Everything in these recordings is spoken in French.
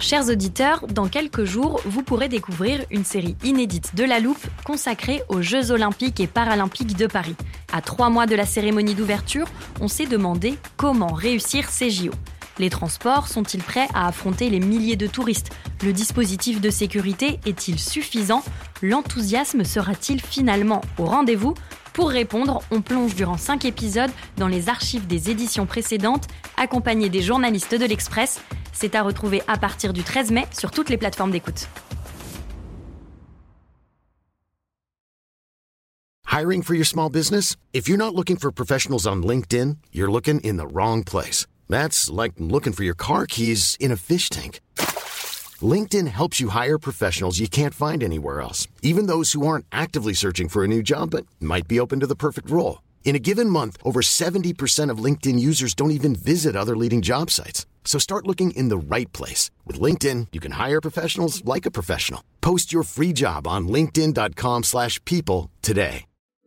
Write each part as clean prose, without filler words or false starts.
Chers auditeurs, dans quelques jours, vous pourrez découvrir une série inédite de La Loupe consacrée aux Jeux Olympiques et Paralympiques de Paris. À 3 mois de la cérémonie d'ouverture, on s'est demandé comment réussir ces JO. Les transports sont-ils prêts à affronter les milliers de touristes ? Le dispositif de sécurité est-il suffisant ? L'enthousiasme sera-t-il finalement au rendez-vous ? Pour répondre, on plonge durant 5 épisodes dans les archives des éditions précédentes, accompagnés des journalistes de l'Express. C'est à retrouver à partir du 13 mai sur toutes les plateformes d'écoute. Hiring for your small business? If you're not looking for professionals on LinkedIn, you're looking in the wrong place. That's like looking for your car keys in a fish tank. LinkedIn helps you hire professionals you can't find anywhere else, even those who aren't actively searching for a new job but might be open to the perfect role. In a given month, over 70% of LinkedIn users don't even visit other leading job sites. So start looking in the right place. With LinkedIn, you can hire professionals like a professional. Post your free job on linkedin.com/people today.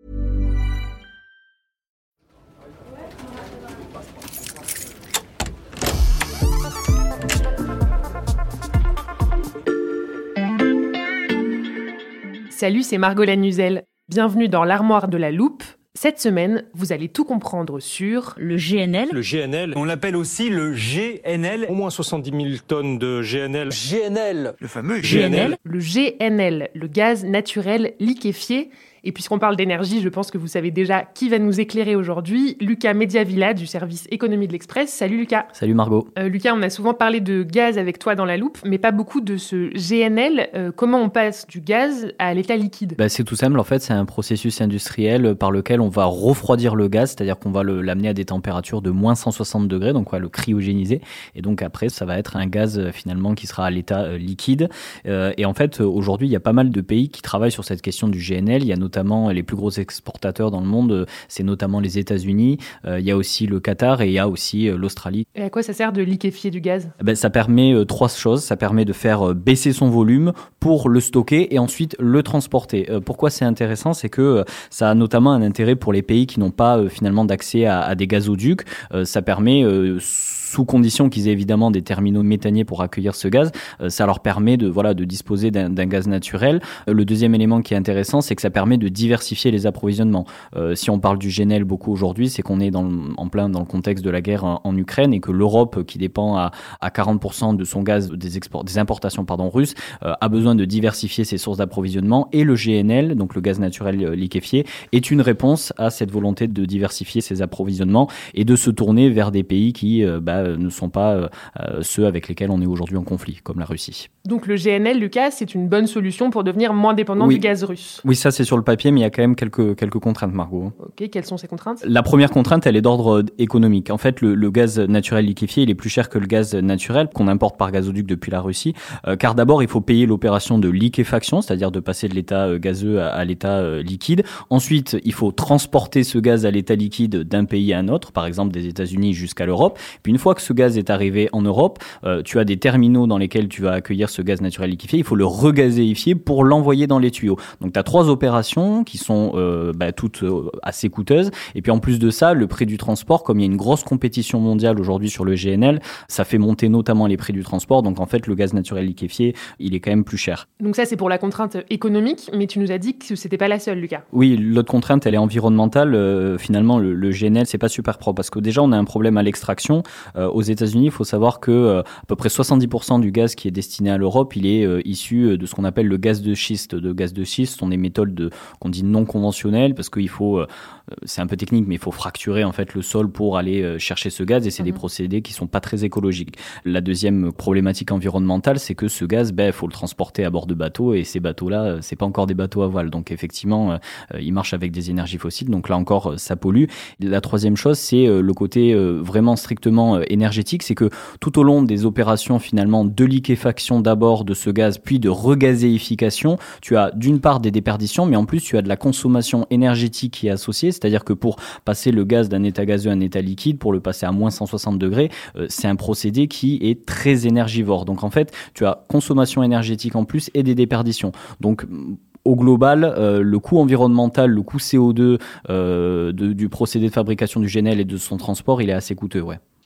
Salut, c'est Margot Lanuzel. Bienvenue dans l'armoire de la loupe. Cette semaine, vous allez tout comprendre sur le GNL. Le GNL, on l'appelle aussi le GNL. Au moins 70 000 tonnes de GNL. GNL, le fameux GNL. Le GNL, le gaz naturel liquéfié. Et puisqu'on parle d'énergie, je pense que vous savez déjà qui va nous éclairer aujourd'hui. Lucas Mediavilla du service économie de l'Express. Salut Lucas. Salut Margot. Lucas, on a souvent parlé de gaz avec toi dans la loupe, mais pas beaucoup de ce GNL. Comment on passe du gaz à l'état liquide ? C'est tout simple, en fait, c'est un processus industriel par lequel on va refroidir le gaz, c'est-à-dire qu'on va l'amener à des températures de moins 160 degrés, donc on va le cryogéniser. Et donc après, ça va être un gaz finalement qui sera à l'état liquide. Et en fait, aujourd'hui, il y a pas mal de pays qui travaillent sur cette question du GNL. Il y a notamment les plus gros exportateurs dans le monde, c'est notamment les États-Unis, il y a aussi le Qatar et il y a aussi l'Australie. Et à quoi ça sert de liquéfier du gaz ? Ça permet 3 choses. Ça permet de faire baisser son volume pour le stocker et ensuite le transporter. Pourquoi c'est intéressant ? C'est que ça a notamment un intérêt pour les pays qui n'ont pas finalement d'accès à des gazoducs. Ça permet, sous condition qu'ils aient évidemment des terminaux méthaniers pour accueillir ce gaz, ça leur permet de disposer d'un gaz naturel. Le deuxième élément qui est intéressant, c'est que ça permet de diversifier les approvisionnements. Si on parle du GNL beaucoup aujourd'hui, c'est qu'on est en plein dans le contexte de la guerre en Ukraine et que l'Europe, qui dépend à 40% de son gaz des importations russes, a besoin de diversifier ses sources d'approvisionnement, et le GNL, donc le gaz naturel liquéfié, est une réponse à cette volonté de diversifier ses approvisionnements et de se tourner vers des pays qui ne sont pas ceux avec lesquels on est aujourd'hui en conflit, comme la Russie. Donc le GNL, Lucas, c'est une bonne solution pour devenir moins dépendant du gaz russe. Oui, ça c'est sur le papier, mais il y a quand même quelques contraintes, Margot. Ok, quelles sont ces contraintes ? La première contrainte, elle est d'ordre économique. En fait, le gaz naturel liquéfié, il est plus cher que le gaz naturel qu'on importe par gazoduc depuis la Russie, car d'abord, il faut payer l'opération de liquéfaction, c'est-à-dire de passer de l'état gazeux à l'état liquide. Ensuite, il faut transporter ce gaz à l'état liquide d'un pays à un autre, par exemple des États-Unis jusqu'à l'Europe. Puis une fois que ce gaz est arrivé en Europe, tu as des terminaux dans lesquels tu vas accueillir ce gaz naturel liquéfié. Il faut le regazéifier pour l'envoyer dans les tuyaux. Donc, tu as 3 opérations qui sont toutes assez coûteuses. Et puis en plus de ça, le prix du transport, comme il y a une grosse compétition mondiale aujourd'hui sur le GNL, ça fait monter notamment les prix du transport. Donc en fait, le gaz naturel liquéfié, il est quand même plus cher. Donc ça, c'est pour la contrainte économique, mais tu nous as dit que c'était pas la seule, Lucas. Oui, l'autre contrainte, elle est environnementale. Finalement, le GNL, c'est pas super propre parce que déjà, on a un problème à l'extraction. Aux États-Unis, il faut savoir que à peu près 70% du gaz qui est destiné à l'Europe, il est issu de ce qu'on appelle le gaz de schiste. Le gaz de schiste, ce sont des méthodes qu'on dit non conventionnelles parce qu'il faut, c'est un peu technique, mais il faut fracturer en fait le sol pour aller chercher ce gaz et c'est des procédés qui sont pas très écologiques. La deuxième problématique environnementale, c'est que ce gaz, faut le transporter à bord de bateaux et ces bateaux-là, c'est pas encore des bateaux à voile. Donc effectivement, ils marchent avec des énergies fossiles. Donc là encore, ça pollue. La troisième chose, c'est le côté vraiment strictement énergétique, c'est que tout au long des opérations finalement de liquéfaction d'abord de ce gaz, puis de regazéification, tu as d'une part des déperditions, mais en plus tu as de la consommation énergétique qui est associée, c'est-à-dire que pour passer le gaz d'un état gazeux à un état liquide, pour le passer à moins 160 degrés, c'est un procédé qui est très énergivore. Donc en fait, tu as consommation énergétique en plus et des déperditions. Donc au global, le coût environnemental, le coût CO2 du procédé de fabrication du GNL et de son transport, il est assez coûteux, ouais.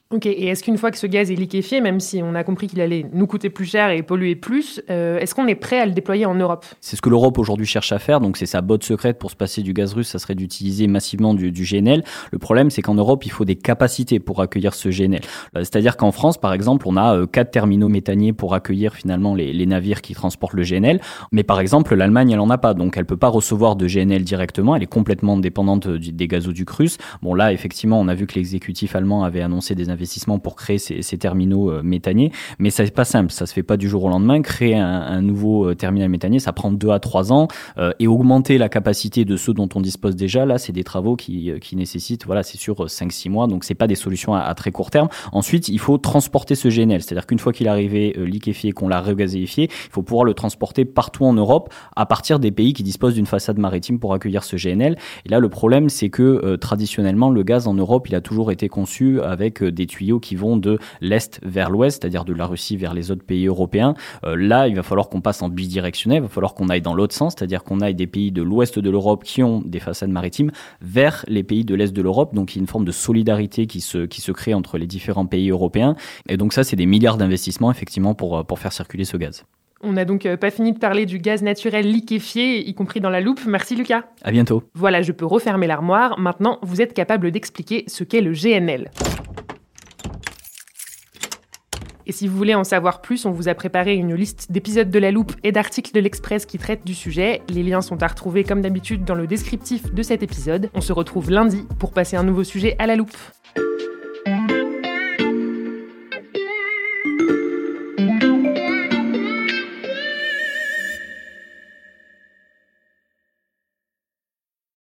Ok, et est-ce qu'une fois que ce gaz est liquéfié, même si on a compris qu'il allait nous coûter plus cher et polluer plus, est-ce qu'on est prêt à le déployer en Europe ? C'est ce que l'Europe aujourd'hui cherche à faire, donc c'est sa botte secrète pour se passer du gaz russe, ça serait d'utiliser massivement du GNL. Le problème, c'est qu'en Europe, il faut des capacités pour accueillir ce GNL. C'est-à-dire qu'en France, par exemple, on a 4 terminaux méthaniers pour accueillir finalement les navires qui transportent le GNL, mais par exemple, l'Allemagne, elle en a pas, donc elle peut pas recevoir de GNL directement, elle est complètement dépendante des gazoducs russes. Bon là, effectivement, on a vu que l'exécutif allemand avait annoncé des investissements pour créer ces terminaux méthaniers, mais ça c'est pas simple, ça se fait pas du jour au lendemain. Créer un nouveau terminal méthanier, ça prend 2 à 3 ans, et augmenter la capacité de ceux dont on dispose déjà, là c'est des travaux qui nécessitent, voilà, c'est sur 5-6 mois, donc c'est pas des solutions à très court terme. Ensuite, il faut transporter ce GNL, c'est-à-dire qu'une fois qu'il est arrivé liquéfié, qu'on l'a regazéifié, il faut pouvoir le transporter partout en Europe à partir des pays qui disposent d'une façade maritime pour accueillir ce GNL. Et là, le problème, c'est que traditionnellement, le gaz en Europe, il a toujours été conçu avec des tuyaux qui vont de l'Est vers l'Ouest, c'est-à-dire de la Russie vers les autres pays européens. Là, il va falloir qu'on passe en bidirectionnel, il va falloir qu'on aille dans l'autre sens, c'est-à-dire qu'on aille des pays de l'Ouest de l'Europe qui ont des façades maritimes vers les pays de l'Est de l'Europe. Donc, il y a une forme de solidarité qui se crée entre les différents pays européens. Et donc ça, c'est des milliards d'investissements, effectivement, pour faire circuler ce gaz. On n'a donc pas fini de parler du gaz naturel liquéfié, y compris dans la loupe. Merci Lucas. À bientôt. Voilà, je peux refermer l'armoire. Maintenant, vous êtes capable d'expliquer ce qu'est le GNL. Et si vous voulez en savoir plus, on vous a préparé une liste d'épisodes de La Loupe et d'articles de l'Express qui traitent du sujet. Les liens sont à retrouver comme d'habitude dans le descriptif de cet épisode. On se retrouve lundi pour passer un nouveau sujet à La Loupe.